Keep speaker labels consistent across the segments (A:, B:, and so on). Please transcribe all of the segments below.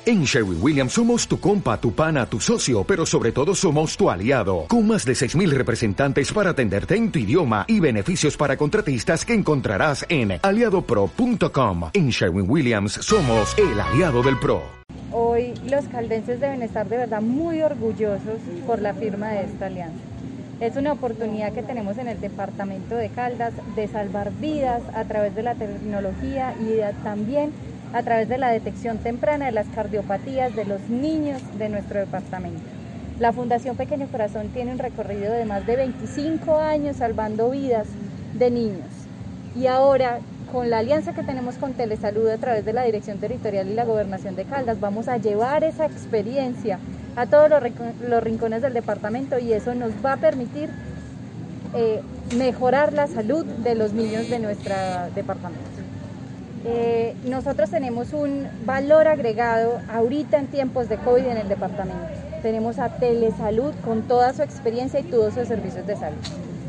A: En Sherwin-Williams somos tu compa, tu pana, tu socio, pero sobre todo somos tu aliado, con más de 6,000 representantes para atenderte en tu idioma y beneficios para contratistas que encontrarás en aliadopro.com. En Sherwin-Williams somos el aliado del PRO.
B: Hoy los caldenses deben estar de verdad muy orgullosos por la firma de esta alianza. Es una oportunidad que tenemos en el departamento de Caldas de salvar vidas a través de la tecnología y también a través de la detección temprana de las cardiopatías de los niños de nuestro departamento. La Fundación Pequeño Corazón tiene un recorrido de más de 25 años salvando vidas de niños. Y ahora, con la alianza que tenemos con Telesalud a través de la Dirección Territorial y la Gobernación de Caldas, vamos a llevar esa experiencia a todos los rincones del departamento y eso nos va a permitir mejorar la salud de los niños de nuestro departamento. Nosotros tenemos un valor agregado ahorita en tiempos de COVID en el departamento. Tenemos a Telesalud con toda su experiencia y todos sus servicios de salud.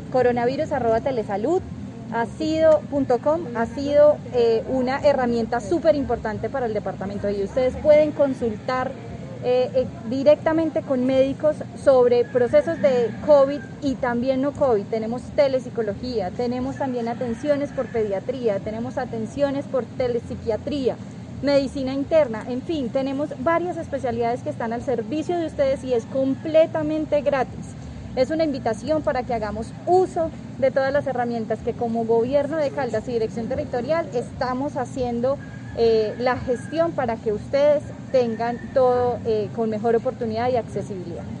B: Coronavirus@telesalud.com ha sido una herramienta súper importante para el departamento y ustedes pueden consultar directamente con médicos sobre procesos de COVID y también no COVID. Tenemos telepsicología, tenemos también atenciones por pediatría, tenemos atenciones por telepsiquiatría, medicina interna, en fin, tenemos varias especialidades que están al servicio de ustedes y es completamente gratis. Es una invitación para que hagamos uso de todas las herramientas que como Gobierno de Caldas y Dirección Territorial estamos haciendo la gestión para que ustedes tengan todo con mejor oportunidad y accesibilidad.